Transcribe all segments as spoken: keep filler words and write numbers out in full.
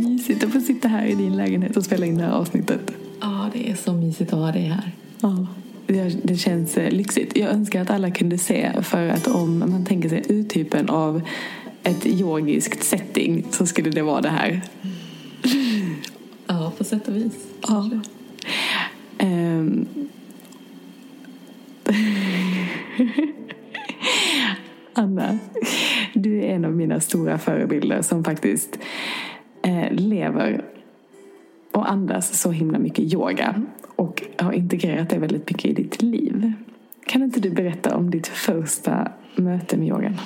mysigt att få sitta här i din lägenhet och spela in det här avsnittet. Ja, det är så mysigt att ha dig här. Ja, det, det känns lyxigt. Jag önskar att alla kunde se, för att om man tänker sig uttypen av ett yogiskt setting så skulle det vara det här. Ja, på sätt och vis. Ja. Um. Anna, du är en av mina stora förebilder som faktiskt eh, lever och andas så himla mycket yoga och har integrerat det väldigt mycket i ditt liv. Kan inte du berätta om ditt första möte med yogan?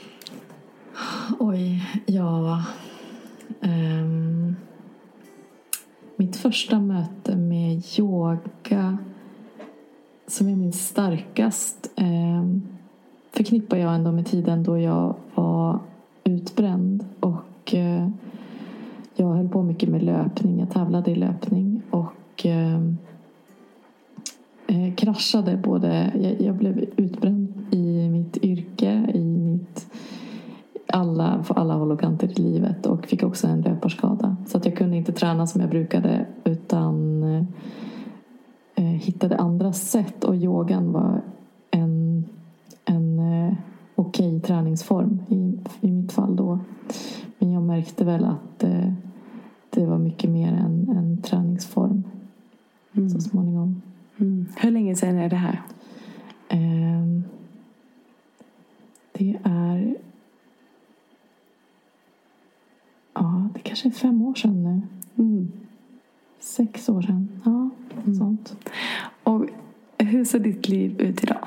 Oj, ja. Um, mitt första möte med yoga som jag minns starkast um, förknippar jag ändå med tiden då jag var utbränd och uh, jag höll på mycket med löpning. Jag tävlade i löpning och uh, uh, kraschade både. Jag, jag blev utbränd i mitt yrke, i mitt alla, på alla håll och kanter i livet, och fick också en löparskada. Så att jag kunde inte träna som jag brukade, utan uh, hittade andra sätt, och yogan var en en eh, okej okay träningsform i, i mitt fall då. Men jag märkte väl att eh, det var mycket mer än en träningsform mm. så småningom. Mm. Hur länge sedan är det här? Eh, det är ja, det kanske är fem år sedan nu. Mm. Sex år sedan. Ja, mm. sånt. Och hur ser ditt liv ut idag?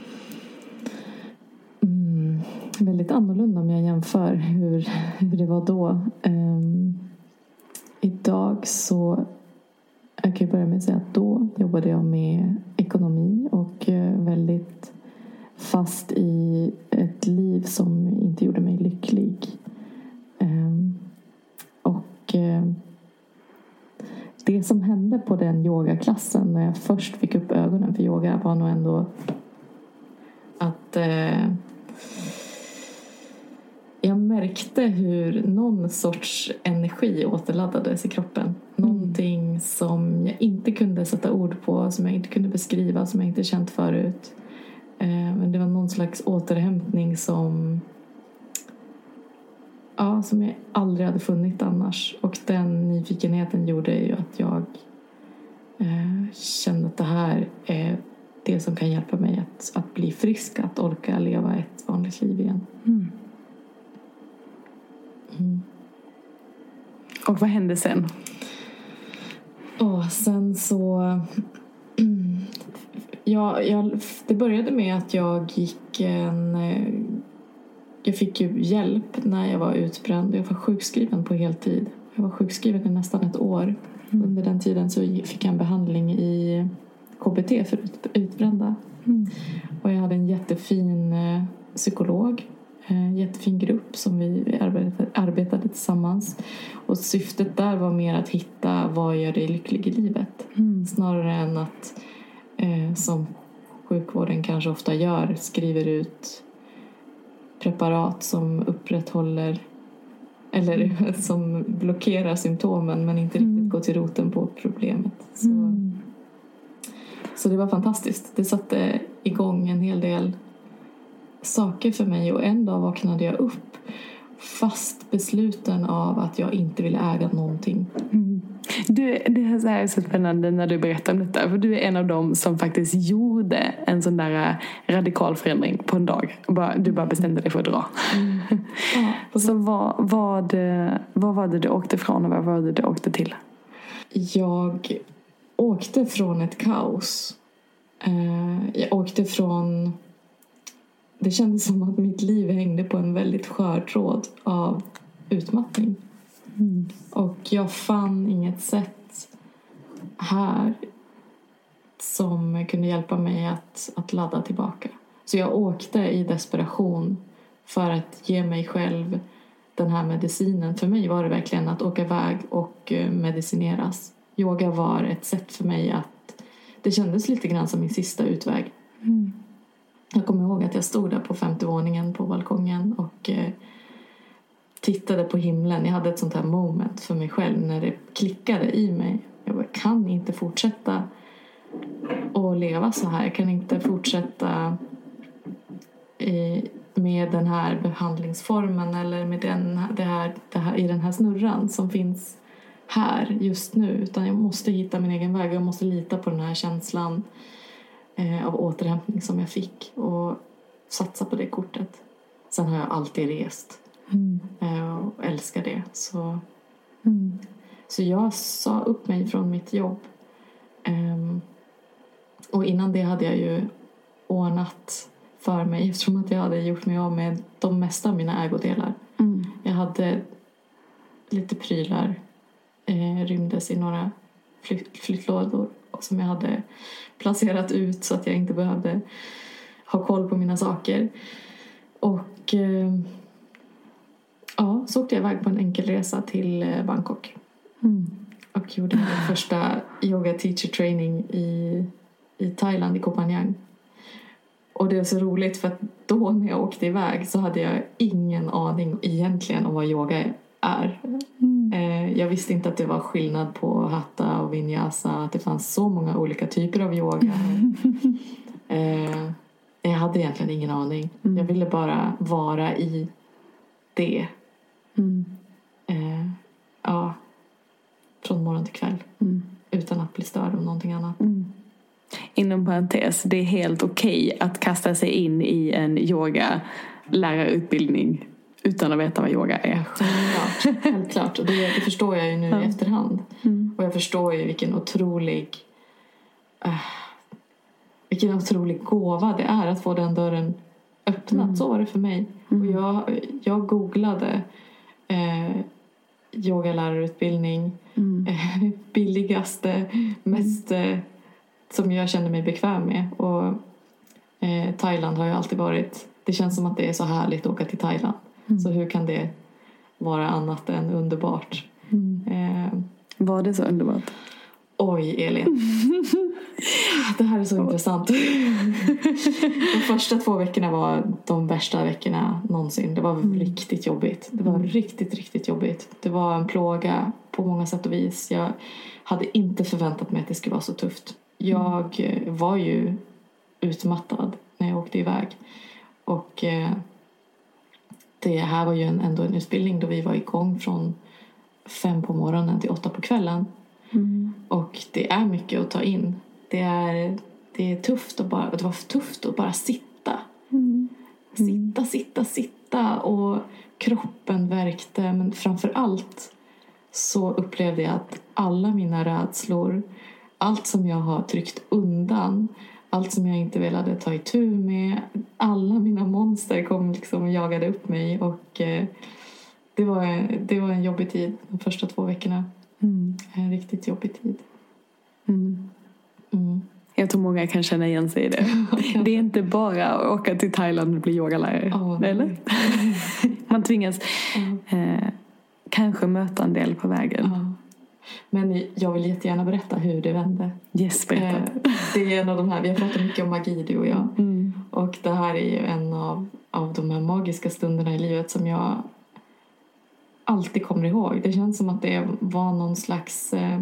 Väldigt annorlunda om jag jämför hur, hur det var då. Um, idag så jag kan börja med att säga att då jobbade jag med ekonomi och uh, väldigt fast i ett liv som inte gjorde mig lycklig. Um, och uh, det som hände på den yogaklassen när jag först fick upp ögonen för yoga var nog ändå att uh, jag märkte hur någon sorts energi återladdades i kroppen. Någonting mm. som jag inte kunde sätta ord på, som jag inte kunde beskriva, som jag inte känt förut. Eh, men det var någon slags återhämtning som, ja, som jag aldrig hade funnit annars. Och den nyfikenheten gjorde ju att jag eh, kände att det här är det som kan hjälpa mig att, att bli frisk, att orka leva ett vanligt liv igen. Mm. Mm. Och vad hände sen? Och sen så ja, jag, det började med att jag gick en jag fick ju hjälp när jag var utbränd. Jag var sjukskriven på heltid. Jag var sjukskriven i nästan ett år. Mm. Under den tiden så fick jag en behandling i K B T för ut, utbrända. Mm. Och jag hade en jättefin psykolog. En jättefin grupp som vi arbetade, arbetade tillsammans. Och syftet där var mer att hitta vad gör dig lycklig i livet. Mm. Snarare än att eh, som sjukvården kanske ofta gör, skriver ut preparat som upprätthåller eller mm. som blockerar symptomen men inte riktigt mm. går till roten på problemet. Så, mm. så det var fantastiskt. Det satte igång en hel del saker för mig, och en dag vaknade jag upp fast besluten av att jag inte ville äga någonting. Mm. Du, det är så här så spännande när du berättar om detta, för du är en av dem som faktiskt gjorde en sån där radikal förändring på en dag. Bara, du bara bestämde dig för att dra. Mm. Ja, så vad, vad, vad var det du åkte från och vad var det du åkte till? Jag åkte från ett kaos. Jag åkte från... Det kändes som att mitt liv hängde på en väldigt skör tråd av utmattning. Mm. Och jag fann inget sätt här som kunde hjälpa mig att, att ladda tillbaka. Så jag åkte i desperation för att ge mig själv den här medicinen. För mig var det verkligen att åka iväg och medicineras. Yoga var ett sätt för mig att... Det kändes lite grann som min sista utväg. Mm. Jag kommer ihåg att jag stod där på femte våningen på balkongen och eh, tittade på himlen. Jag hade ett sånt här moment för mig själv när det klickade i mig. Jag bara, kan inte fortsätta att leva så här. Jag kan inte fortsätta i, med den här behandlingsformen eller med den, det här, det här, i den här snurran som finns här just nu. Utan jag måste hitta min egen väg. Jag måste lita på den här känslan eh, av återhämtning som jag fick och satsa på det kortet. Sen har jag alltid rest. Mm. Och älskar det. Så, mm. så jag sa upp mig från mitt jobb. Um, och innan det hade jag ju ordnat för mig. Eftersom att jag hade gjort mig av med de mesta av mina ägodelar. Mm. Jag hade lite prylar. Eh, rymdes i några flytt, flyttlådor. Som jag hade placerat ut så att jag inte behövde ha koll på mina saker. Och eh, ja, så åkte jag iväg på en enkel resa till Bangkok. Mm. Och gjorde min första yoga teacher training i, i Thailand, i Koh Phangan. Och det var så roligt för att då när jag åkte iväg så hade jag ingen aning egentligen om vad yoga är. Mm. Eh, jag visste inte att det var skillnad på hatha och vinyasa. Att det fanns så många olika typer av yoga. eh, jag hade egentligen ingen aning. Mm. Jag ville bara vara i det. Mm. Eh, ja, från morgon till kväll. Mm. Utan att bli störd av någonting annat. Mm. Inom parentes, det är helt okej att kasta sig in i en yoga lärarutbildning utan att veta vad yoga är. Självklart, självklart. Och det, det förstår jag ju nu ja. i efterhand. Mm. Och jag förstår ju vilken otrolig uh, vilken otrolig gåva det är att få den dörren öppnat. Mm. Så var det för mig. Mm. Och jag, jag googlade eh, yogalärarutbildning. Mm. Eh, billigaste, mest eh, som jag kände mig bekväm med. Och eh, Thailand har ju alltid varit, det känns som att det är så härligt att åka till Thailand. Mm. Så hur kan det vara annat än underbart? Mm. Eh, var det så underbart? Oj, Elin. Det här är så intressant. De första två veckorna var de värsta veckorna någonsin. Det var mm. riktigt jobbigt. Det var mm. riktigt, riktigt jobbigt. Det var en plåga på många sätt och vis. Jag hade inte förväntat mig att det skulle vara så tufft. Jag mm. var ju utmattad när jag åkte iväg. Och eh, det här var ju en, ändå en utbildning då vi var igång från fem på morgonen till åtta på kvällen. Mm. Och det är mycket att ta in. Det är, det är tufft att bara, det var tufft att bara sitta. Mm. Sitta, sitta, sitta. Och kroppen värkte. Men framför allt så upplevde jag att alla mina rädslor, allt som jag har tryckt undan, allt som jag inte ville ta itu med, alla mina monster kom liksom och jagade upp mig. Och eh, det, var, det var en jobbig tid de första två veckorna. Mm. En riktigt jobbig tid. Mm. Mm. Jag tror många kan känna igen sig i det. Det är inte bara att åka till Thailand och bli yogalärare. Oh, eller? Man tvingas mm. eh, kanske möta en del på vägen. Oh. Men jag vill jättegärna berätta hur det vände. Yes, berätta. Eh, det är en av de här, vi har pratat mycket om magi, du och jag. Mm. Och det här är ju en av, av de här magiska stunderna i livet som jag alltid kommer ihåg. Det känns som att det var någon slags eh,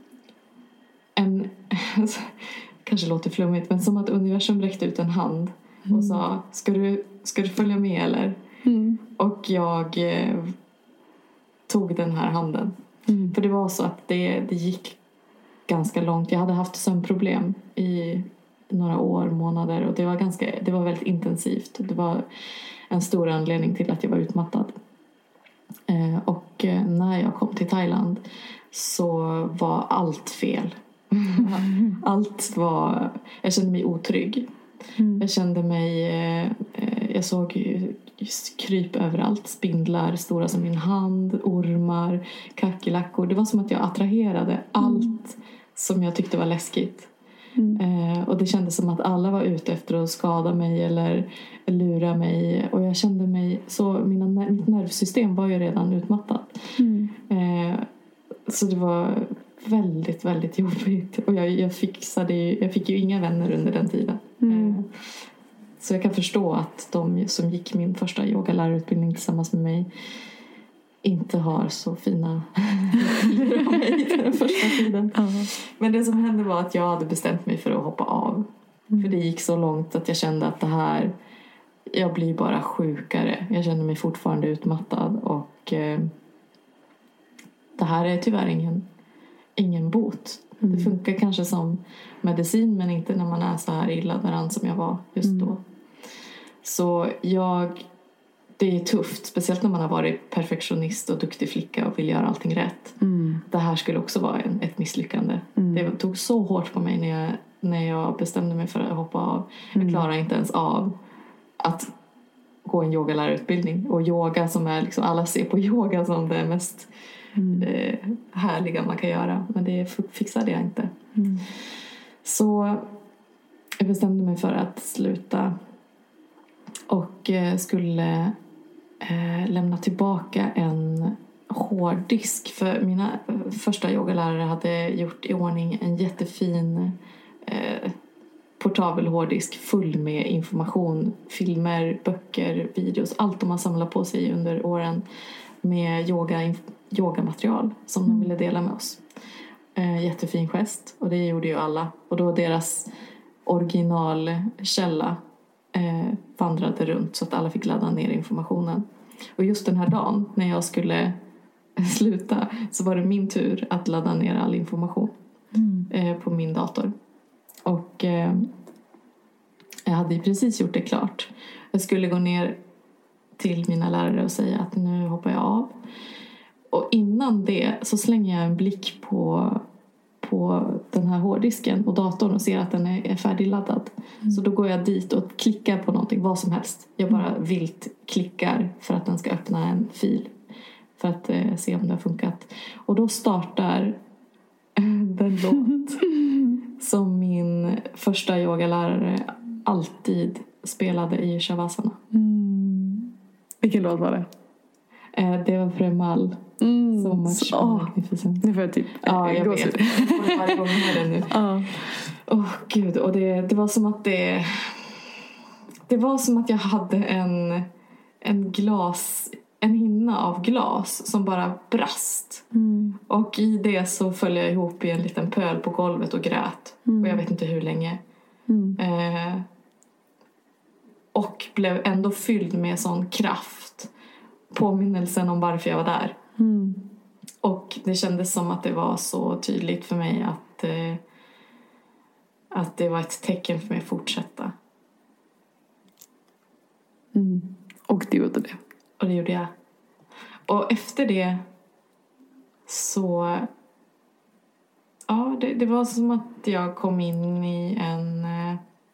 en kanske låter flummigt, men som att universum räckte ut en hand mm. och sa, ska du, ska du följa med eller? Mm. Och jag eh, tog den här handen. Mm. För det var så att det, det gick ganska långt. Jag hade haft sömnproblem i några år, månader, och det var, ganska, det var väldigt intensivt. Det var en stor anledning till att jag var utmattad. Eh, och eh, när jag kom till Thailand så var allt fel. Mm. Allt var, jag kände mig otrygg. Mm. Jag kände mig eh, jag såg ju kryp överallt, spindlar stora som min hand, ormar, kackerlackor. Det var som att jag attraherade mm. allt som jag tyckte var läskigt. Mm. Eh, och det kändes som att alla var ute efter att skada mig eller lura mig. Och jag kände mig så, mina, mitt nervsystem var ju redan utmattat. Mm. Eh, så det var väldigt, väldigt jobbigt. Och jag, jag, fixade ju, jag fick ju inga vänner under den tiden. Mm. Eh, så jag kan förstå att de som gick min första yogalärarutbildning tillsammans med mig inte har så fina bilder av mig den första tiden. Uh-huh. Men det som hände var att jag hade bestämt mig för att hoppa av. Mm. För det gick så långt att jag kände att det här, jag blir bara sjukare. Jag kände mig fortfarande utmattad och eh, det här är tyvärr ingen, ingen bot. Mm. Det funkar kanske som medicin men inte när man är så här illa däran som jag var just mm. då. Så jag, det är tufft, speciellt när man har varit perfektionist och duktig flicka och vill göra allting rätt. Mm. Det här skulle också vara en, ett misslyckande. Mm. Det tog så hårt på mig när jag, när jag bestämde mig för att hoppa av. Mm. Jag klarar inte ens av att gå en yogalärarutbildning. Och yoga som är liksom, alla ser på yoga som det mest mm. eh, härliga man kan göra. Men det fixade jag inte. Mm. Så jag bestämde mig för att sluta. Och eh, skulle eh, lämna tillbaka en hårddisk. För mina första yogalärare hade gjort i ordning en jättefin eh, portabel hårddisk full med information, filmer, böcker, videos, allt de har samlat på sig under åren med yoga, yogamaterial som mm. de ville dela med oss. Eh, jättefin gest och det gjorde ju alla. Och då deras originalkälla eh, vandrade runt så att alla fick ladda ner informationen. Och just den här dagen när jag skulle sluta så var det min tur att ladda ner all information mm. eh, på min dator. Och eh, jag hade ju precis gjort det klart. Jag skulle gå ner till mina lärare och säga att nu hoppar jag av. Och innan det så slänger jag en blick på, på den här hårddisken och datorn och ser att den är, är färdigladdad. Mm. Så då går jag dit och klickar på någonting, vad som helst. Jag bara mm. vilt klickar för att den ska öppna en fil. För att eh, se om det har funkat. Och då startar den låt som min första yogalärare alltid spelade i Shavasana. Mm. Vilken låt var det? Eh, det var Premal. Mm. So much oh. magnificent. Nu får jag typ Ja, jag vet. Jag får varje gång med den nu. Åh, oh. oh, gud. Och det, det var som att det... Det var som att jag hade en, en glas... En hinna av glas som bara brast. Mm. Och i det så föll jag ihop i en liten pöl på golvet och grät. Mm. Och jag vet inte hur länge. Mm. Eh, och blev ändå fylld med sån kraft. Påminnelsen om varför jag var där. Mm. Och det kändes som att det var så tydligt för mig att, eh, att det var ett tecken för mig att fortsätta. Mm. Och du gjorde det. Och det gjorde jag. Och efter det så... Ja, det, det var som att jag kom in i en eh,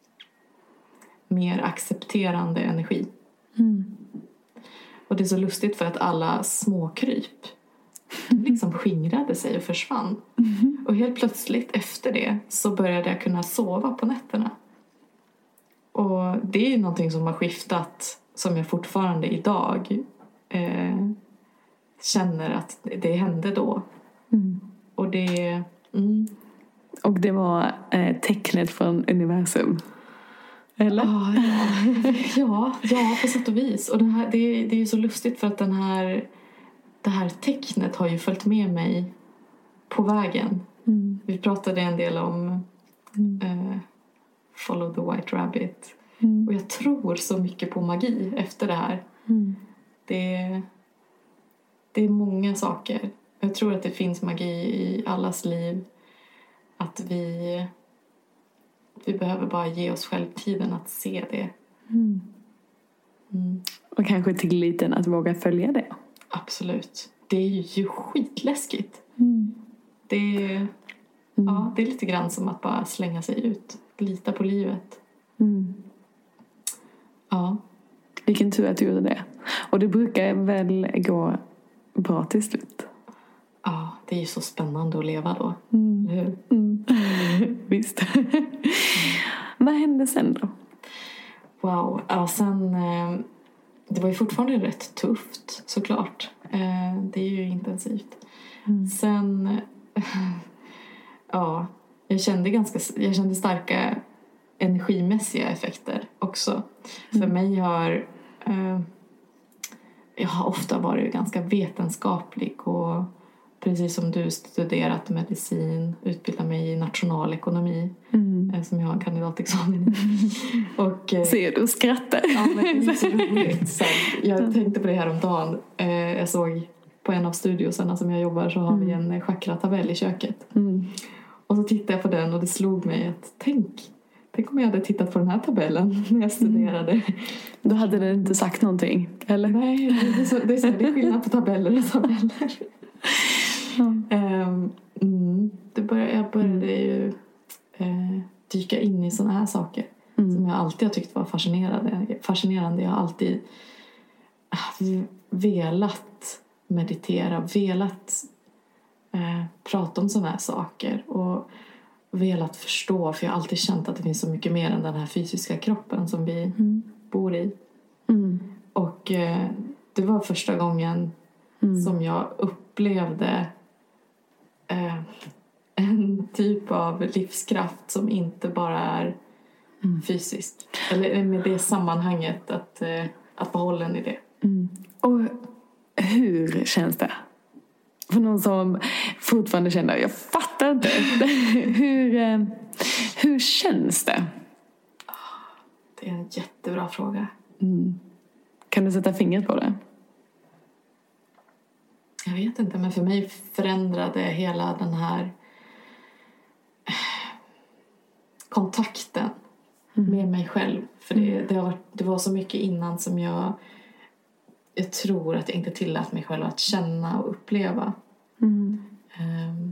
mer accepterande energi. Mm. Och det är så lustigt för att alla småkryp liksom skingrade sig och försvann. Mm. Och helt plötsligt efter det så började jag kunna sova på nätterna. Och det är någonting som har skiftat, som jag fortfarande idag eh, känner att det hände då. Mm. Och det... Mm. Och det var eh, tecknet från universum. Eller? Ah, ja, ja, ja, på sätt och vis. Och det, här, det, det är ju så lustigt för att den här, det här tecknet har ju följt med mig på vägen. Mm. Vi pratade en del om mm. eh, Follow the White Rabbit. Mm. Och jag tror så mycket på magi efter det här. Mm. Det, det är många saker. Jag tror att det finns magi i allas liv. Att vi, vi behöver bara ge oss själv tiden att se det. Mm. Mm. Och kanske tilliten att våga följa det. Absolut. Det är ju skitläskigt. Mm. Det, mm. ja, det är lite grann som att bara slänga sig ut. Lita på livet. Mm. Ja. Vilken tur att du gjorde det. Och det brukar väl gå bra till slut. Ja, det är ju så spännande att leva då. Mm. Eller hur? Mm. Visst. Mm. Vad hände sen då? Wow, ja sen... Eh, det var ju fortfarande rätt tufft, såklart. Eh, det är ju intensivt. Mm. Sen... Eh, ja, jag kände ganska... Jag kände starka energimässiga effekter också. Mm. För mig har... Eh, jag har ofta varit ganska vetenskaplig och precis som du studerat medicin, utbildat mig i nationalekonomi mm. som jag har en kandidatexamen i. Och, ser du skrattar? Ja, men det är så roligt. Så jag tänkte på det här om dagen. Jag såg på en av studiosarna som jag jobbar så har mm. vi en chakratabell i köket. Mm. Och så tittade jag på den och det slog mig att tänk, tänk om jag hade tittat på den här tabellen när jag studerade. Mm. Då hade den inte sagt någonting, eller? Nej, det är, så, det är, så, det är skillnad på tabeller och tabeller. Mm. Um, det började, jag började mm. ju uh, dyka in i såna här saker mm. som jag alltid har tyckt var fascinerande. fascinerande. Jag har alltid uh, velat meditera, velat uh, prata om såna här saker och velat förstå, för jag har alltid känt att det finns så mycket mer än den här fysiska kroppen som vi mm. bor i. Mm. Och uh, det var första gången mm. som jag upplevde eh, en typ av livskraft som inte bara är mm. fysisk. Eller med det sammanhanget att, eh, att behålla i det. Mm. Och hur känns det? För någon som fortfarande känner, jag fattar inte. hur, eh, hur känns det? Det är en jättebra fråga. Mm. Kan du sätta fingret på det? Jag vet inte, men för mig förändrade hela den här kontakten mm. med mig själv. För det, det, har varit, det var så mycket innan som jag, jag tror att jag inte tillät mig själv att känna och uppleva. Mm. Um,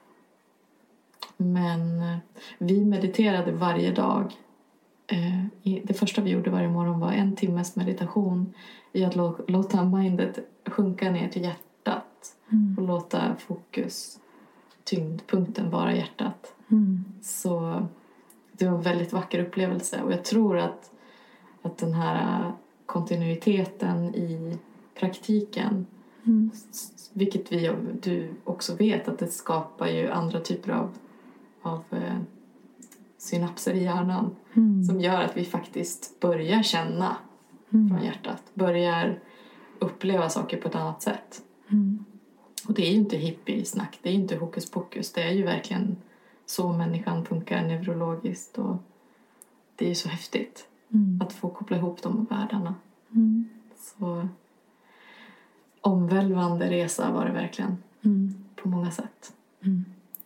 men vi mediterade varje dag. Uh, det första vi gjorde varje morgon var en timmes meditation i att låta mindet sjunka ner till hjärtat. Mm. Och låta fokus, tyngdpunkten vara hjärtat. Mm. Så det var en väldigt vacker upplevelse. Och jag tror att, att den här kontinuiteten i praktiken mm. vilket vi, du också vet, att det skapar ju andra typer av, av eh, synapser i hjärnan mm. som gör att vi faktiskt börjar känna mm. från hjärtat. Börjar uppleva saker på ett annat sätt. Mm. Och det är ju inte hippiesnack, det är ju inte hokus pokus. Det är ju verkligen så människan funkar neurologiskt. Och det är ju så häftigt mm. att få koppla ihop de världarna. Mm. Så omvälvande resa var det verkligen mm. på många sätt. Mm.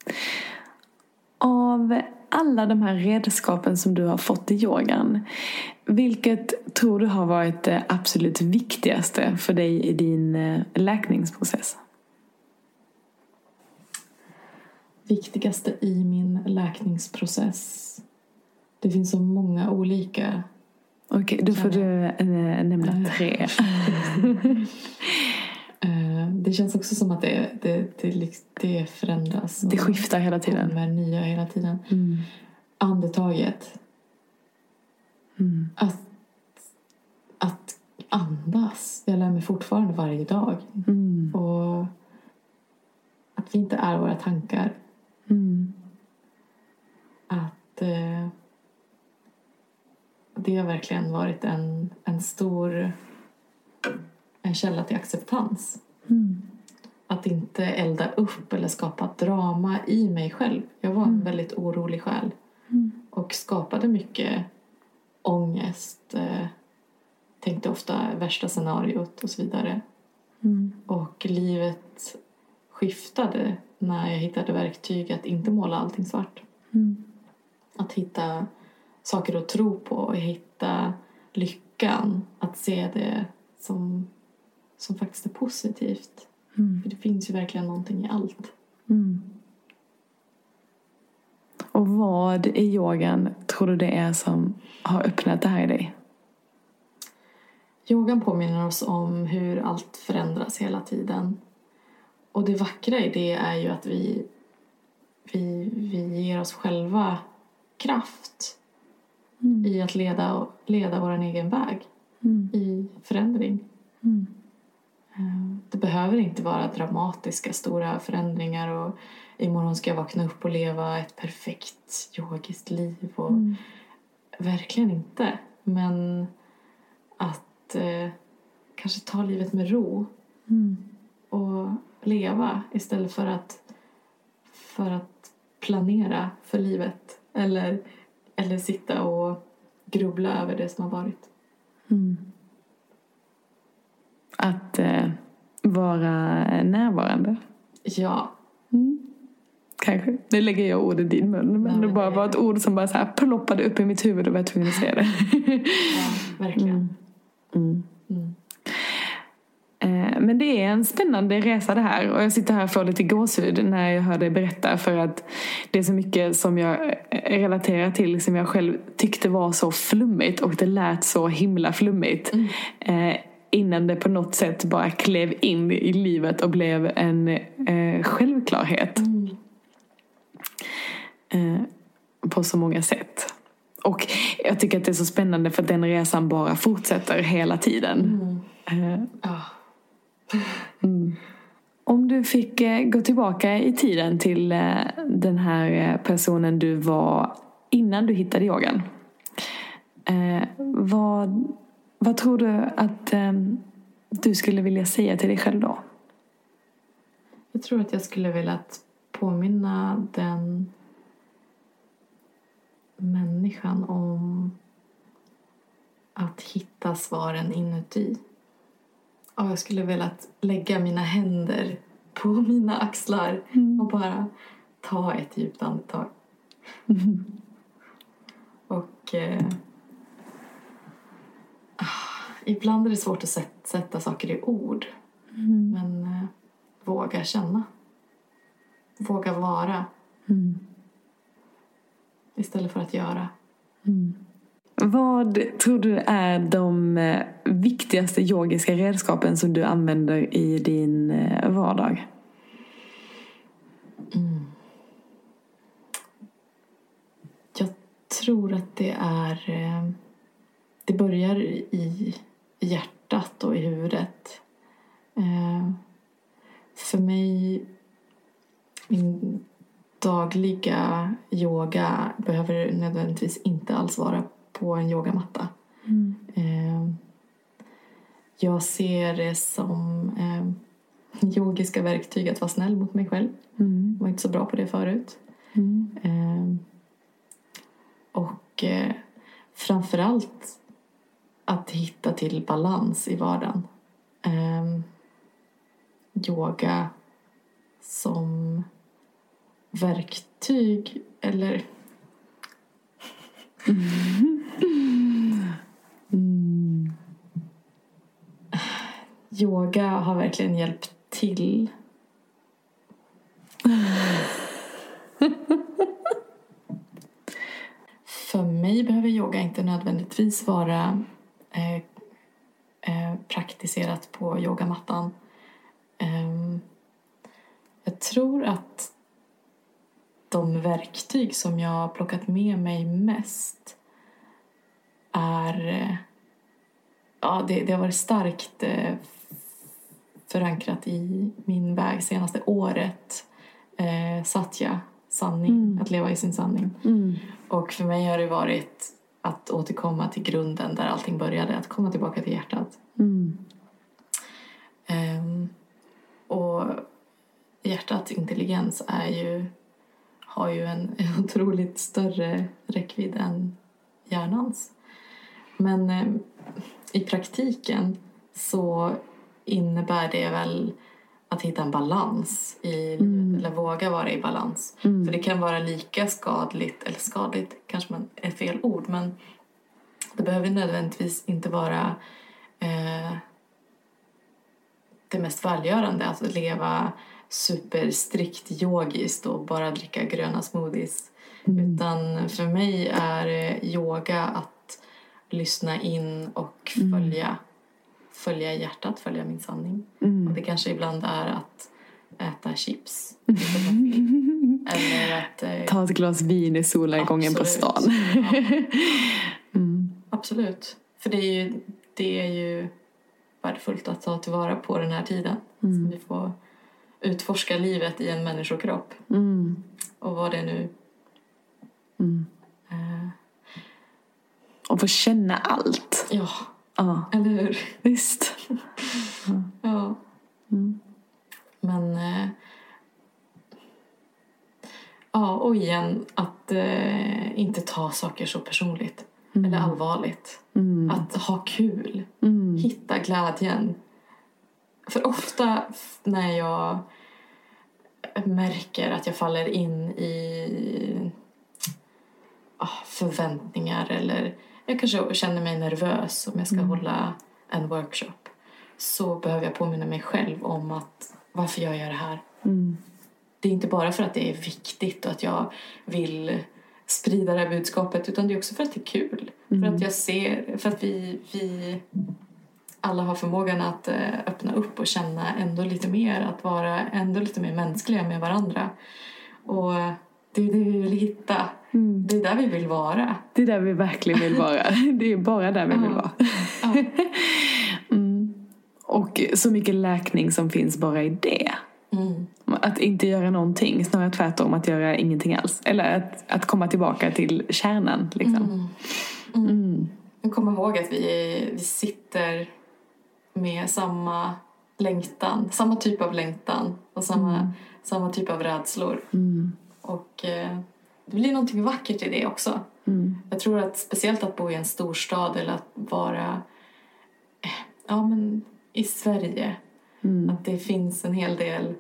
Av alla de här redskapen som du har fått i yogan, vilket tror du har varit det absolut viktigaste för dig i din läkningsprocess? Viktigaste i min läkningsprocess? Det finns så många olika. Okej, då får du äh, nämna tre. Det känns också som att det, det, det, det förändras. Det skiftar hela tiden. Kommer nya hela tiden. Mm. Andetaget. Mm. Att, att andas. Jag lär mig fortfarande varje dag. Mm. Och att vi inte är våra tankar. Mm. Att eh, det har verkligen varit en, en stor en källa till acceptans. Mm. Att inte elda upp eller skapa drama i mig själv. Jag var en mm. väldigt orolig själ. Mm. Och skapade mycket ångest. Eh, tänkte ofta värsta scenariot och så vidare. Mm. Och livet skiftade när jag hittade verktyg att inte måla allting svart. Mm. Att hitta saker att tro på. Och hitta lyckan. Att se det som, som faktiskt är positivt. Mm. För det finns ju verkligen någonting i allt. Mm. Och vad i yogan tror du det är som har öppnat det här i dig? Yogan påminner oss om hur allt förändras hela tiden. Och det vackra i det är ju att vi, vi, vi ger oss själva kraft mm. i att leda, leda vår egen väg mm. i förändring. Mm. Det behöver inte vara dramatiska, stora förändringar och imorgon ska jag vakna upp och leva ett perfekt yogiskt liv. Och mm. verkligen inte. Men att eh, kanske ta livet med ro. Mm. Och leva istället för att, för att planera för livet. Eller, eller sitta och grubbla över det som har varit. Mm. Att eh, vara närvarande. Ja. Mm. Kanske. Nu lägger jag ord i din mun. Men Nej, det bara det... var ett ord som bara så här ploppade upp i mitt huvud och var jag tvungen att säga det. Ja, verkligen. Mm. Mm. Eh, men det är en spännande resa det här. Och jag sitter här och får lite gåshud när jag hör dig berätta. För att det är så mycket som jag relaterar till som jag själv tyckte var så flummigt. Och det lät så himla flummigt. Mm. Eh, innan det på något sätt bara klev in i livet och blev en eh, självklarhet. Mm. Eh, på så många sätt. Och jag tycker att det är så spännande för att den resan bara fortsätter hela tiden. Mm. Eh, oh. mm. Om du fick eh, gå tillbaka i tiden till eh, den här personen du var innan du hittade yogan. Eh, vad, vad tror du att eh, du skulle vilja säga till dig själv då? Jag tror att jag skulle vilja påminna den människan om att hitta svaren inuti. Och jag skulle vilja lägga mina händer på mina axlar mm. och bara ta ett djupt andetag. Mm. Och eh, ibland är det svårt att sätta, sätta saker i ord. Mm. Men eh, våga känna. Våga vara. Mm. Istället för att göra. Mm. Vad tror du är de viktigaste yogiska redskapen som du använder i din vardag? Mm. Jag tror att det är... Det börjar i hjärtat och i huvudet. För mig... Min dagliga yoga behöver nödvändigtvis inte alls vara på en yogamatta. Mm. Eh, jag ser det som eh, yogiska verktyg att vara snäll mot mig själv. Mm. Jag var inte så bra på det förut. Mm. Eh, och eh, framförallt att hitta till balans i vardagen. Eh, yoga som verktyg eller mm. Mm. Yoga har verkligen hjälpt till. För mig behöver yoga inte nödvändigtvis vara eh, eh, praktiserat på yogamattan. Eh, jag tror att de verktyg som jag har plockat med mig mest är... Ja, det, det har varit starkt eh, förankrat i min väg senaste året. Eh, satya, sanning, mm. att leva i sin sanning. Mm. Och för mig har det varit att återkomma till grunden där allting började. Att komma tillbaka till hjärtat. Mm. Um, och hjärtats intelligens är ju... har ju en otroligt större räckvidd än hjärnans. Men eh, i praktiken så innebär det väl att hitta en balans i mm. eller våga vara i balans. Mm. För det kan vara lika skadligt, eller skadligt kanske man är fel ord, men det behöver nödvändigtvis inte vara eh, det mest välgörande att leva superstrikt yogiskt och bara dricka gröna smoothies. Mm. Utan för mig är yoga att lyssna in och följa mm. följa hjärtat, följa min sanning. Mm. Och det kanske ibland är att äta chips. Mm. Eller att... Eh, ta ett glas vin i solnedgången på stan. Ja. Mm. Absolut. För det är ju, det är ju värdefullt att ta tillvara på den här tiden. Mm. Så vi får utforska livet i en människokropp. Mm. Och vad det nu... Mm. Eh, och få känna allt. Ja. Ja. Eller hur? Visst. Ja. Ja. Mm. Men eh, ja, och igen att eh, inte ta saker så personligt. Mm. Eller allvarligt. Mm. Att ha kul. Mm. Hitta glädjen. För ofta när jag märker att jag faller in i ah, förväntningar eller jag kanske känner mig nervös om jag ska Mm. hålla en workshop, så behöver jag påminna mig själv om att varför jag gör det här. Mm. Det är inte bara för att det är viktigt och att jag vill sprida det här budskapet, utan det är också för att det är kul. Mm. För att jag ser, för att vi, vi alla har förmågan att eh, öppna upp och känna ändå lite mer, att vara ändå lite mer mänskliga med varandra. Och det är det vi vill hitta. Mm. Det är där vi vill vara. Det är där vi verkligen vill vara. Det är bara där vi vill vara. Ja. Mm. Och så mycket läkning som finns bara i det. Mm. Att inte göra någonting, snarare tvärtom att göra ingenting alls. Eller att, att komma tillbaka till kärnan. Liksom. Mm. Mm. Mm. Jag kommer ihåg att vi, vi sitter med samma längtan, samma typ av längtan och samma, Mm. samma typ av rädslor. Mm. Och eh, det blir någonting vackert i det också. Mm. Jag tror att speciellt att bo i en storstad eller att vara eh, ja, men i Sverige, Mm. att det finns en hel del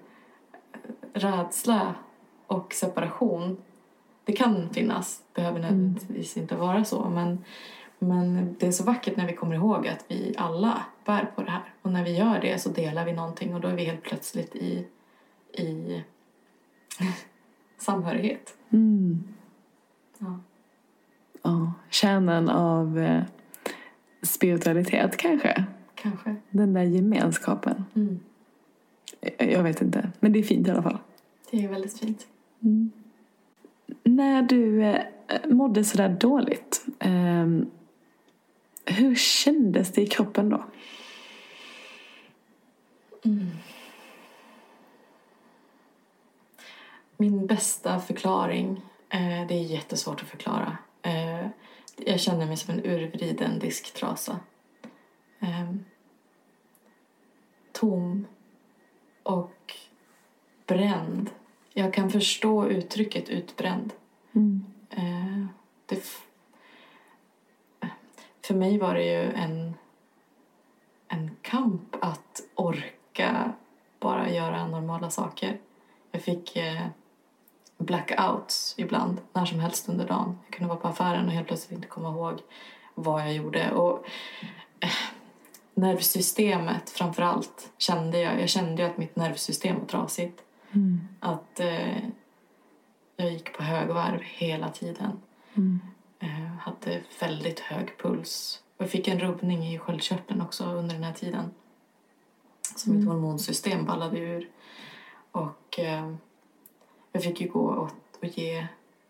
rädsla och separation. Det kan finnas, behöver nödvändigtvis inte vara så, men, men det är så vackert när vi kommer ihåg att vi alla bär på det här. Och när vi gör det så delar vi någonting och då är vi helt plötsligt i, i samhörighet. Mm. Ja. Ja, kärnan av eh, spiritualitet kanske. Kanske. Den där gemenskapen. Mm. Jag, jag vet inte, men det är fint i alla fall. Det är väldigt fint. Mm. När du eh, mådde sådär dåligt, eh, hur kändes det i kroppen då? Mm. Min bästa förklaring, eh, det är jättesvårt att förklara. Eh, jag känner mig som en urvriden disktrasa. Eh, tom och bränd. Jag kan förstå uttrycket utbränd. Mm. Eh, det f- för mig var det ju en, en kamp att orka bara göra normala saker. Jag fick eh, blackouts ibland, när som helst under dagen. Jag kunde vara på affären och helt plötsligt inte komma ihåg vad jag gjorde. Och eh, nervsystemet framförallt kände jag. Jag kände ju att mitt nervsystem var trasigt. Mm. Att eh, jag gick på högvarv hela tiden. Mm. Eh, hade väldigt hög puls. Och jag fick en rubbning i sköldkörteln också under den här tiden. Så mitt Mm. hormonsystem ballade ur. Och eh, jag fick ju gå och, och ge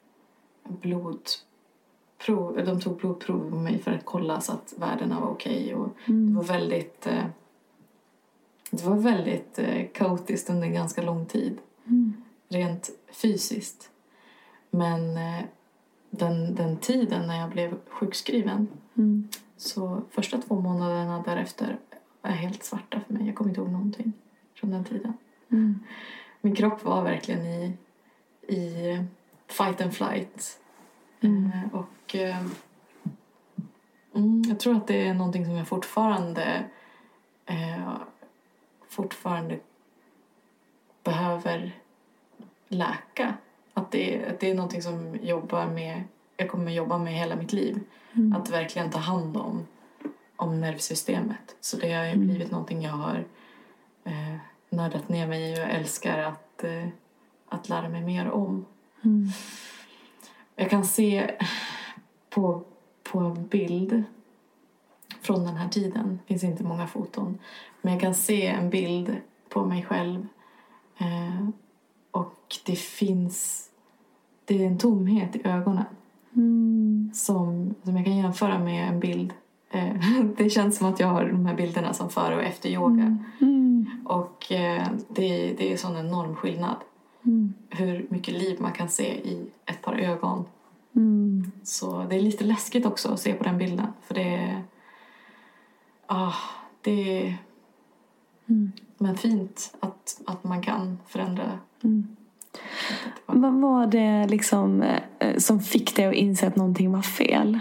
blodprov. De tog blodprov på mig för att kolla så att värdena var okej. Och Mm. det var väldigt, eh, det var väldigt eh, kaotiskt under en ganska lång tid. Mm. Rent fysiskt. Men eh, den, den tiden när jag blev sjukskriven, Mm. så första två månaderna därefter är helt svarta för mig. Jag kommer inte ihåg någonting från den tiden. Mm. Min kropp var verkligen i, i fight and flight. Mm. Eh, och eh, mm, jag tror att det är någonting som jag fortfarande eh, fortfarande behöver läka. Att det, att det är någonting som jobbar med, jag kommer jobba med hela mitt liv. Mm. Att verkligen ta hand om, om nervsystemet. Så det har ju Mm. blivit någonting jag har eh, nördat ner mig i och älskar att, eh, att lära mig mer om. Mm. Jag kan se på, på en bild från den här tiden. Det finns inte många foton. Men jag kan se en bild på mig själv. Eh, och det finns... Det är en tomhet i ögonen. Mm. Som, som jag kan jämföra med en bild. Eh, det känns som att jag har de här bilderna som före och efter yoga. Mm. Och eh, det, det är sån enorm skillnad. Mm. Hur mycket liv man kan se i ett par ögon. Mm. Så det är lite läskigt också att se på den bilden. För det är, ah, det är Mm. men fint att, att man kan förändra. Mm. Vad var det liksom eh, som fick dig att inse att någonting var fel?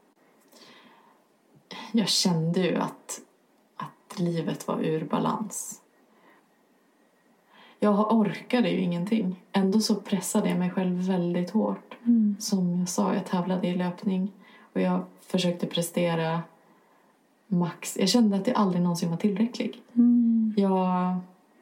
Jag kände ju att, att livet var ur balans. Jag orkade ju ingenting. Ändå så pressade jag mig själv väldigt hårt. Mm. Som jag sa, jag tävlade i löpning. Och jag försökte prestera max. Jag kände att jag aldrig någonsin var tillräcklig. Mm. Jag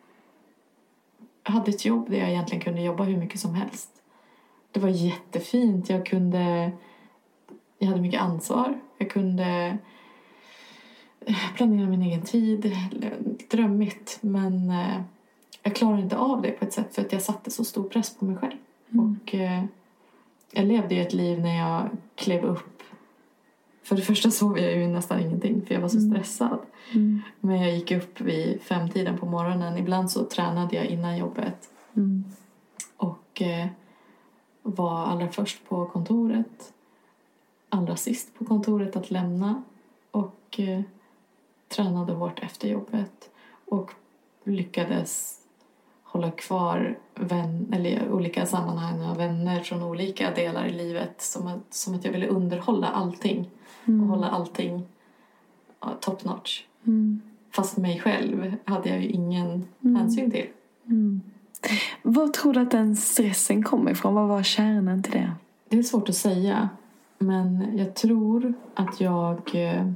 hade ett jobb där jag egentligen kunde jobba hur mycket som helst. Det var jättefint. Jag kunde... Jag hade mycket ansvar. Jag kunde planera min egen tid. Drömmigt. Men jag klarade inte av det på ett sätt. För att jag satte så stor press på mig själv. Mm. Och jag levde ju ett liv när jag klev upp. För det första sov jag ju nästan ingenting. För jag var så stressad. Mm. Men jag gick upp vid femtiden på morgonen. Ibland så tränade jag innan jobbet. Mm. Och eh, var allra först på kontoret. Allra sist på kontoret att lämna. Och eh, tränade hårt efter jobbet. Och lyckades hålla kvar vän, eller olika sammanhang av vänner från olika delar i livet. Som att, som att jag ville underhålla allting. Mm. Och hålla allting ja, top notch. Mm. Fast mig själv hade jag ju ingen Mm. hänsyn till. Mm. Var tror du att den stressen kommer ifrån? Vad var kärnan till det? Det är svårt att säga. Men jag tror att jag... eh,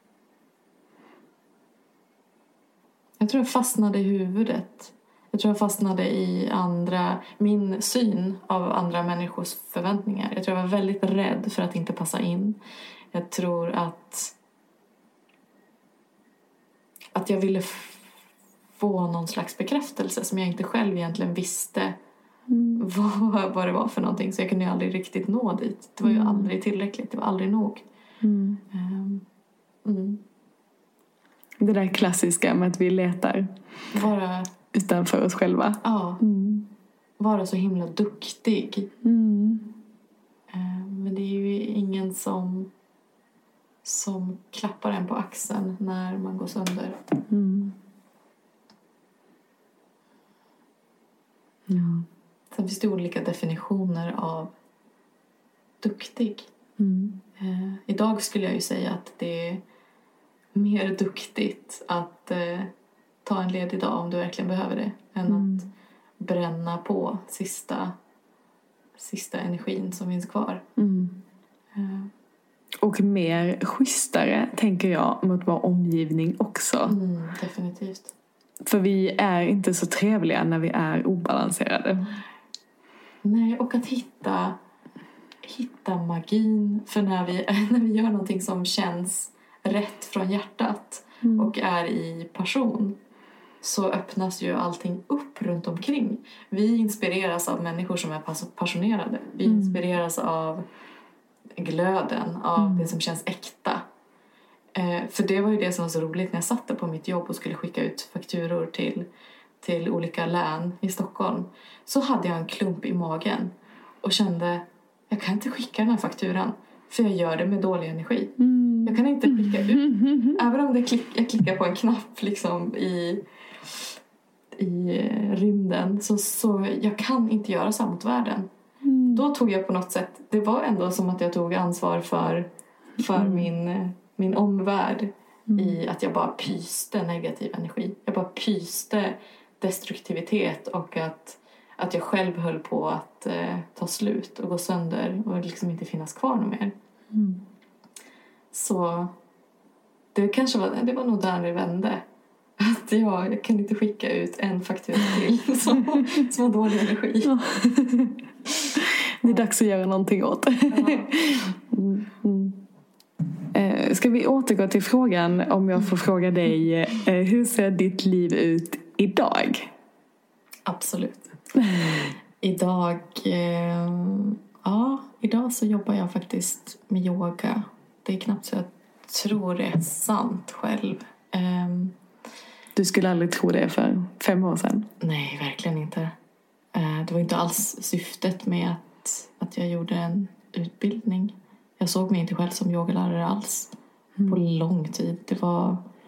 Jag tror jag fastnade i huvudet. Jag tror jag fastnade i andra... Min syn av andra människors förväntningar. Jag tror jag var väldigt rädd för att inte passa in. Jag tror att... Att jag ville f- få någon slags bekräftelse som jag inte själv egentligen visste Mm. vad, vad det var för någonting. Så jag kunde ju aldrig riktigt nå dit. Det var ju Mm. aldrig tillräckligt. Det var aldrig nog. Mm. Um, mm. Det där klassiska med att vi letar Vara, utanför oss själva. ja, Mm. vara så himla duktig. Mm. Um, men det är ju ingen som, som klappar en på axeln när man går sönder. Mm. Ja. Sen finns det olika definitioner av duktig. Mm. Eh, idag skulle jag ju säga att det är mer duktigt att eh, ta en ledig dag om du verkligen behöver det. Än Mm. att bränna på sista, sista energin som finns kvar. Mm. Eh, Och mer schysstare, tänker jag, mot vår omgivning också. mm, definitivt. För vi är inte så trevliga när vi är obalanserade. Nej, och att hitta, hitta magin. För när vi, när vi gör någonting som känns rätt från hjärtat Mm. och är i passion, så öppnas ju allting upp runt omkring. Vi inspireras av människor som är pas- passionerade. Vi Mm. inspireras av glöden, av Mm. det som känns äkta. Eh, för det var ju det som var så roligt när jag satt där på mitt jobb och skulle skicka ut fakturor till, till olika län i Stockholm. Så hade jag en klump i magen och kände, jag kan inte skicka den här fakturan för jag gör det med dålig energi. Mm. Jag kan inte skicka ut, även om det klick, jag klickar på en knapp liksom i, i rymden, så, så jag kan inte göra så mot världen. Mm. Då tog jag på något sätt, det var ändå som att jag tog ansvar för, för Mm. min, min omvärld Mm. i att jag bara pyste negativ energi. Jag bara pyste destruktivitet och att, att jag själv höll på att eh, ta slut och gå sönder och liksom inte finnas kvar något mer. Mm. Så det kanske var, det var nog där det vände. Att jag, jag kan inte skicka ut en faktura till som, som har dålig energi. Ja. Det är dags att göra någonting åt det. Ja. Mm. Mm. Eh, ska vi återgå till frågan, om jag får fråga dig, eh, hur ser ditt liv ut idag? Absolut. Idag, eh, ja, idag så jobbar jag faktiskt med yoga. Det är knappt så jag tror det är sant själv. Eh, Du skulle aldrig tro det för fem år sedan. nej, verkligen inte. Eh, det var inte alls syftet med att, att jag gjorde en utbildning. Jag såg mig inte själv som yogalärare alls. Mm. På lång tid. Det var,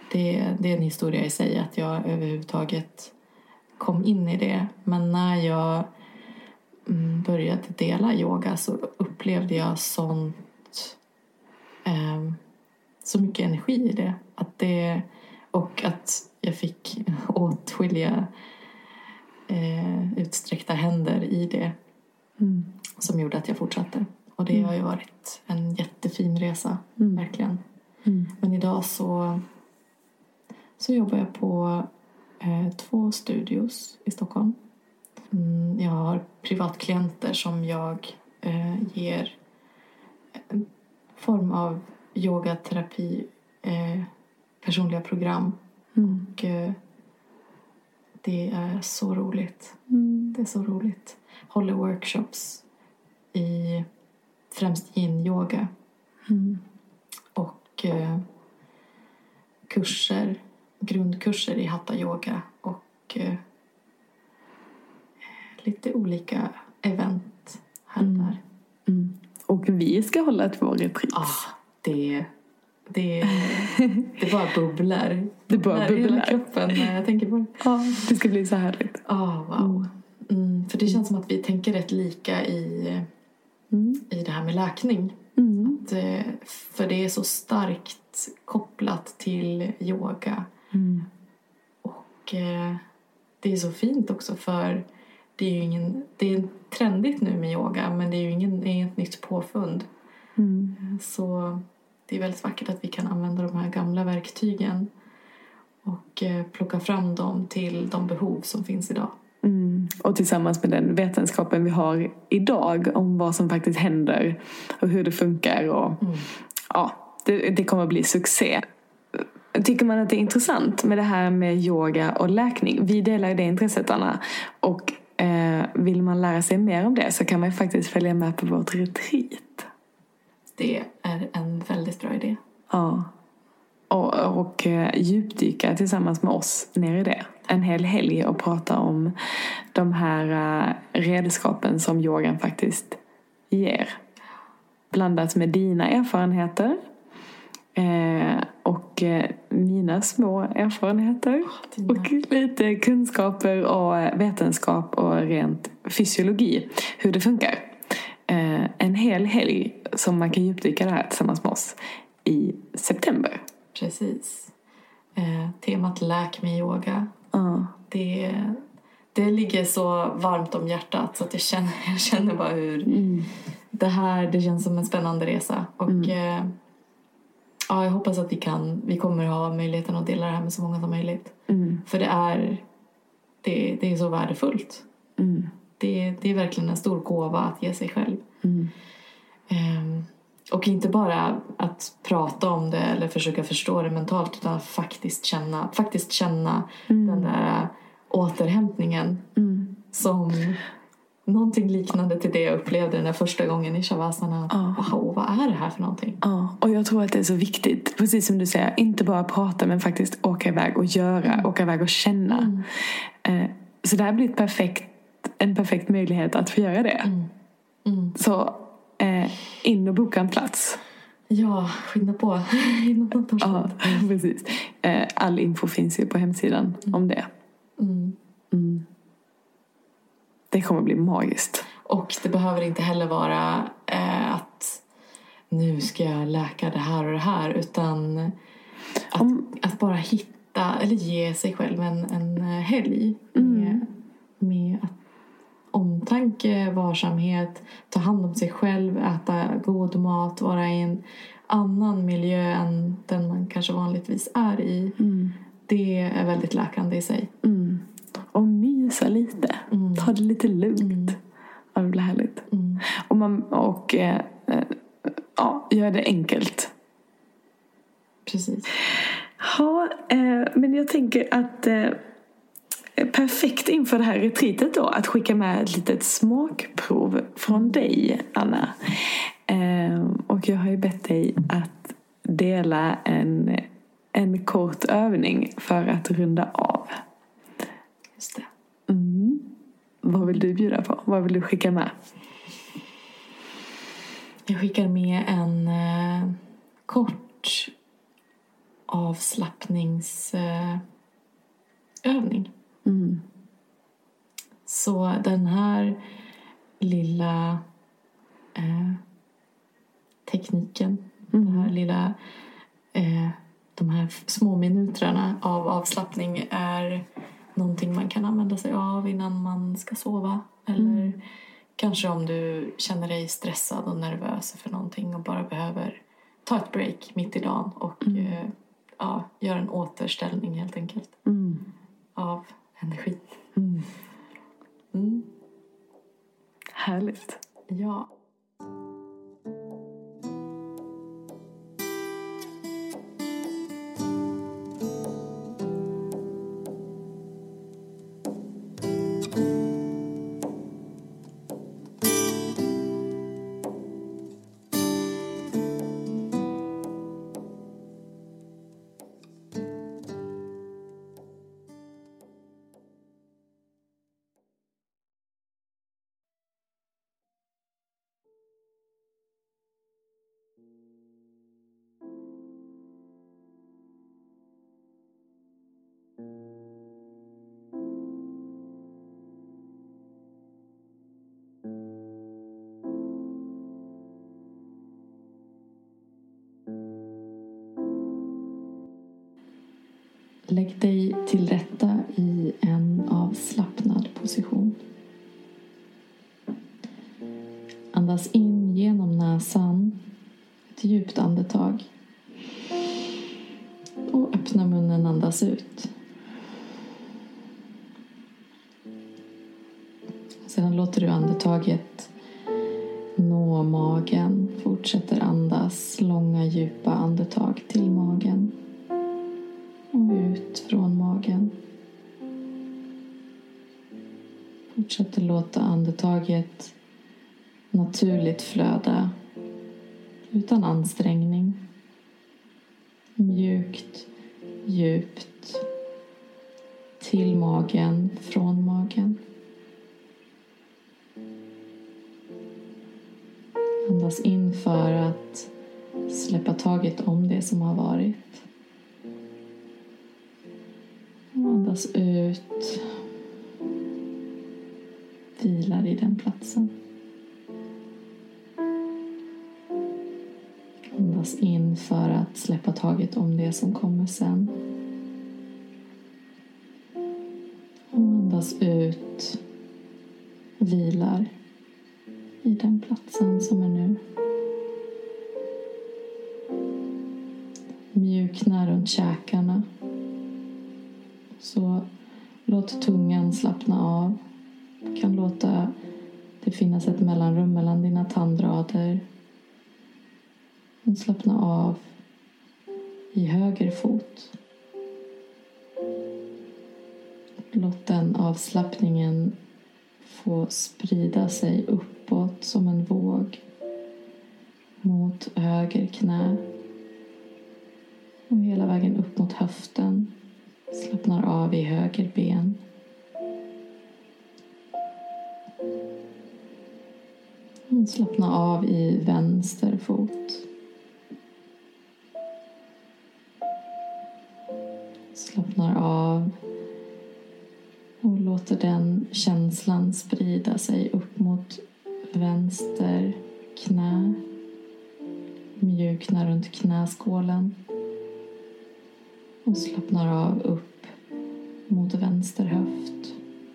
det, det är en historia i sig att jag överhuvudtaget kom in i det. Men när jag mm, började dela yoga så upplevde jag sånt, eh, så mycket energi i det. Att det och att jag fick åtskilliga eh, utsträckta händer i det. Mm. Som gjorde att jag fortsatte. Och det mm. har ju varit en jättefin resa. Mm. Verkligen. Mm. Men idag så, så jobbar jag på eh, två studios i Stockholm. Mm, jag har privatklienter som jag eh, ger en form av yogaterapi, eh, personliga program. Mm. Och eh, det är så roligt. Mm. Det är så roligt. Håller workshops i främst yin-yoga. Mm. Och eh, kurser, grundkurser i hatha-yoga. Och eh, lite olika event här och där. Mm. Och vi ska hålla två retreats. Ah, det, det, det bara bubblar. Det bara bubblar. I kroppen när jag tänker på det. Ja, det ska bli så härligt. Ah, wow. Mm, för det känns som att vi tänker rätt lika i, mm. i det här med läkning. Mm. Att, för det är så starkt kopplat till yoga. Mm. Och eh, det är så fint också för det är ju ingen, det är trendigt nu med yoga, men det är ju ingen, det är inget nytt påfund. Mm. Så det är väldigt vackert att vi kan använda de här gamla verktygen och eh, plocka fram dem till de behov som finns idag. Mm. Och tillsammans med den vetenskapen vi har idag om vad som faktiskt händer och hur det funkar. Och, mm. ja, det, det kommer att bli succé. Tycker man att det är intressant med det här med yoga och läkning? Vi delar ju det intresset, Anna. Och eh, vill man lära sig mer om det så kan man ju faktiskt följa med på vårt retreat. Det är en väldigt bra idé. Ja. Och, och djupdyka tillsammans med oss ner i det. En hel helg och prata om de här redskapen som yogan faktiskt ger. Blandat med dina erfarenheter. Eh, och mina små erfarenheter. Oh, och lite kunskaper och vetenskap och rent fysiologi. Hur det funkar. Eh, en hel helg som man kan djupdyka det här tillsammans med oss i september. Precis. Eh, temat läk med yoga. Uh. Det, det ligger så varmt om hjärtat så att jag känner, jag känner bara hur mm. det här, det känns som en spännande resa. Och mm. eh, ja, jag hoppas att vi kan, vi kommer ha möjligheten att dela det här med så många som möjligt. Mm. För det är, det, det är så värdefullt. Mm. Det, det är verkligen en stor gåva att ge sig själv. Mm. Eh, Och inte bara att prata om det eller försöka förstå det mentalt, utan att faktiskt känna, faktiskt känna mm. den där återhämtningen mm. som någonting liknande till det jag upplevde den där första gången i Shavasana. Ja. Wow, vad är det här för någonting? Ja, och jag tror att det är så viktigt, precis som du säger, inte bara prata men faktiskt åka iväg och göra, mm. åka iväg och känna. Mm. Så det här blir ett perfekt, en perfekt möjlighet att få göra det. Mm. Mm. Så Eh, in och boka en plats. Ja, skynda på. Ja, precis. Eh, all info finns ju på hemsidan mm. om det. Mm. Mm. Det kommer bli magiskt. Och det behöver inte heller vara eh, att nu ska jag läka det här och det här, utan att, om... att bara hitta eller ge sig själv en, en helg mm. med, med att omtanke, varsamhet, ta hand om sig själv, äta god mat, vara i en annan miljö än den man kanske vanligtvis är i. Mm. Det är väldigt läkande i sig. Mm. Och mysa lite. Mm. Ta det lite lugnt. Mm. Ja, det blir härligt. Mm. Och, man, och eh, ja, gör det enkelt. Precis. Ja, eh, men jag tänker att eh, perfekt inför det här retreatet då, att skicka med ett litet smakprov från dig, Anna. Eh, och jag har ju bett dig att dela en, en kort övning för att runda av. Just det. Mm. Vad vill du bjuda på? Vad vill du skicka med? Jag skickar med en eh, kort avslappningsövning. Mm. Så den här lilla eh, tekniken, Mm. den här lilla, eh, de här små minuterna av avslappning är någonting man kan använda sig av innan man ska sova. Eller Mm. kanske om du känner dig stressad och nervös för någonting och bara behöver ta ett break mitt i dagen och Mm. eh, ja, göra en återställning helt enkelt Mm. av energi. Mm. Mm. Härligt. Ja. Lägg dig till rätta i en avslappnad position. Andas in genom näsan, ett djupt andetag. Och öppna munnen, andas ut. Sedan låter du andetaget nå magen. Fortsätter andas långa djupa andetag till magen. Och ut från magen. Fortsätter låta andetaget naturligt flöda utan ansträngning. Mjukt, djupt till magen, från magen. Andas in för att släppa taget om det som har varit. Och andas ut. Vilar i den platsen. Andas in för att släppa taget om det som kommer sen. Och andas ut. Vilar i den platsen som är nu. Mjukna runt käkarna. Så låt tungan slappna av. Du kan låta det finnas ett mellanrum mellan dina tandrader. Och slappna av i höger fot. Låt den avslappningen få sprida sig uppåt som en våg mot höger knä. Och hela vägen upp mot höften. Slappnar av i höger ben. Och slappna av i vänster fot. Slappnar av och låter den känslan sprida sig upp mot vänster knä. Mjuknar runt knäskålen. Och slappnar av upp mot vänster höft.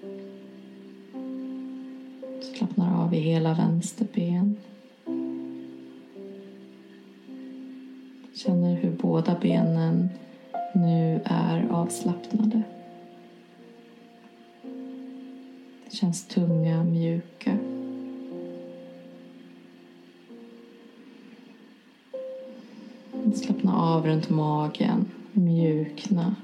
Slappnar av i hela vänster ben. Känner hur båda benen nu är avslappnade. Det känns tunga, mjuka. Slappna av runt magen. Mjukna.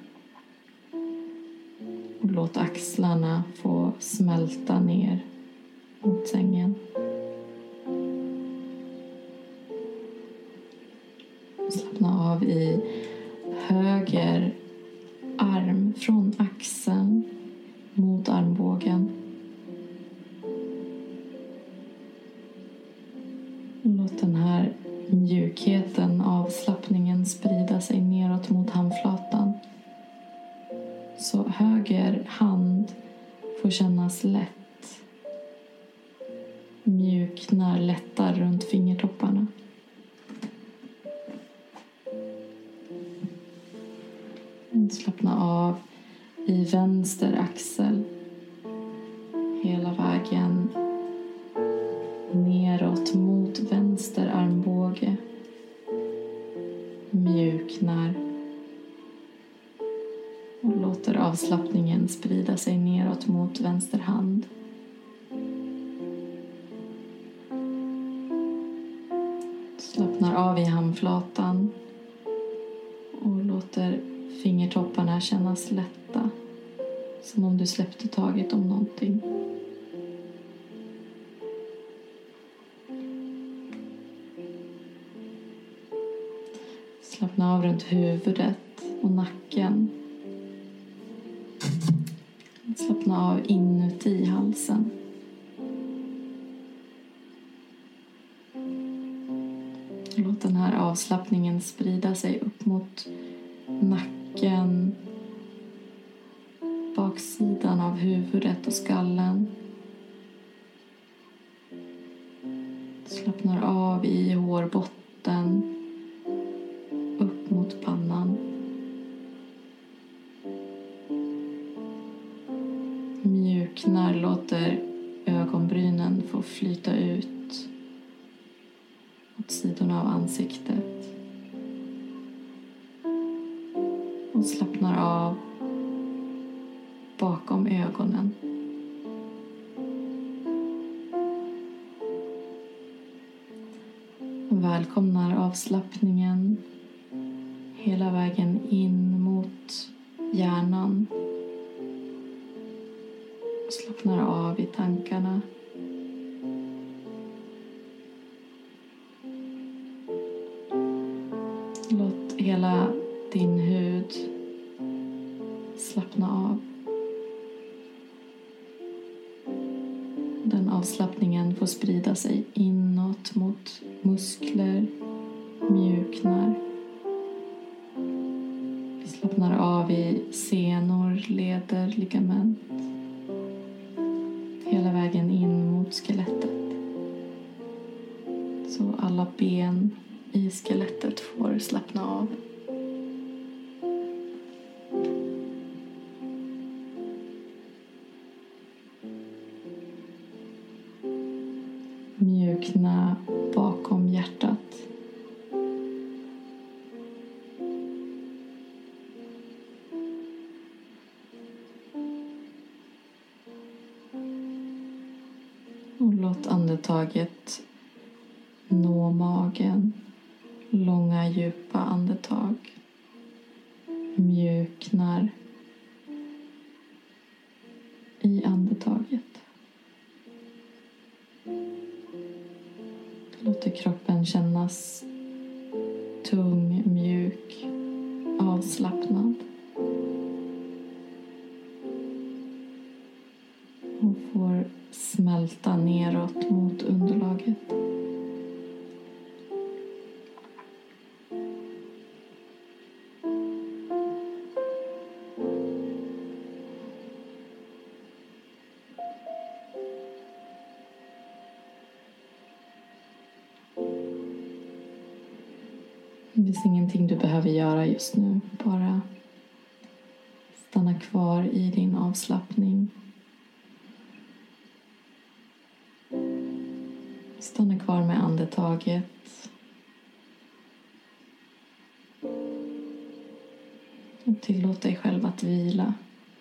Och låt axlarna få smälta ner mot sängen. Slappna av i höger arm från axeln mot armbågen. Låt den här mjukheten, avslappningen sprida sig neråt mot handflatan. Så höger hand får kännas lätt. Mjuknar, lättar runt fingertopparna. Slappna av i vänster axel. Hela vägen neråt mot vänster armbåge. Mjuknar. Och låter avslappningen sprida sig neråt mot vänster hand. Slappnar av i handflatan. Och låter fingertopparna kännas lätta. Som om du släppte taget om någonting. Slappna av runt huvudet och nacken. Slappna av inuti halsen. Låt den här avslappningen sprida sig upp mot nacken, baksidan av huvudet och skallen. Slappnar av i hårbotten, upp mot pannan. Mjuknar, låter ögonbrynen få flyta ut åt sidorna av ansiktet. Och slappnar av bakom ögonen. Och välkomnar avslappningen hela vägen in mot hjärnan. Och slappnar av i tankarna. Låt hela din hud slappna av. Den avslappningen får sprida sig inåt mot muskler, mjuknar. Vi slappnar av i senor, leder, ligament. Hela vägen in mot skelettet. Så alla ben i skelettet får slappna av. Mjukna bakom hjärtat. Och låt andetaget nå magen. Långa djupa andetag. Mjuknar i andetaget. Låter kroppen kännas tung, mjuk, avslappnad. Och får smälta neråt mot underlaget. Det finns ingenting du behöver göra just nu. Bara stanna kvar i din avslappning. Stanna kvar med andetaget. Och tillåt dig själv att vila.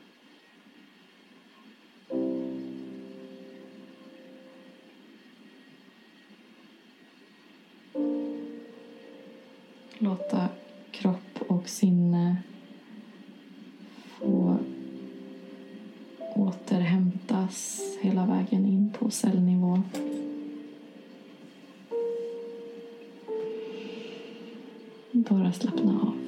Låta kropp och sinne få återhämtas hela vägen in på cellnivå. Bara slappna av.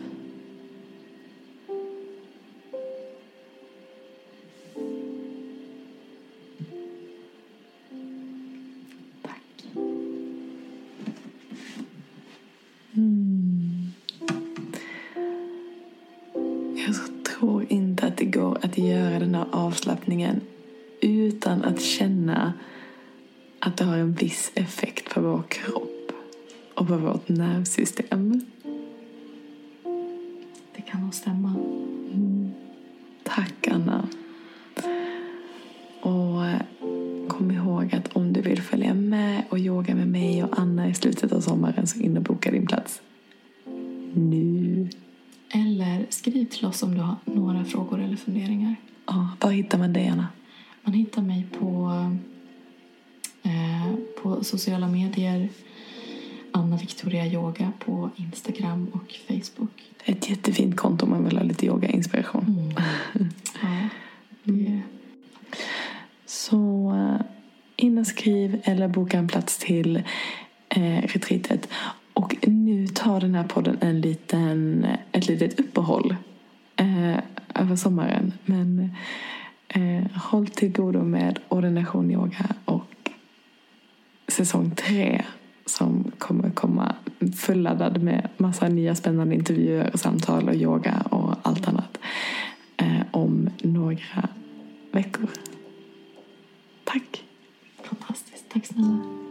Tack. känna avslappningen utan att känna att det har en viss effekt på vår kropp och på vårt nervsystem. Det kan nog stämma. Mm. Tack, Anna. Och kom ihåg att om du vill följa med och yoga med mig och Anna i slutet av sommaren, så in och boka din plats nu. Eller skriv till oss om du har några frågor eller funderingar. Ja, var hittar man dig, Anna? Man hittar mig på, eh, på sociala medier. Anna Victoria Yoga på Instagram och Facebook. Ett jättefint konto om man vill ha lite yoga-inspiration. Mm. Ja, det är... Så in och skriv eller boka en plats till eh, retreatet. Och nu tar den här podden en liten, ett litet uppehåll eh, över sommaren. Men eh, håll till godo med ordination yoga och säsong tre som kommer komma fulladdad med massa nya spännande intervjuer, samtal och yoga och allt annat eh, om några veckor. Tack. Fantastiskt. Tack snälla.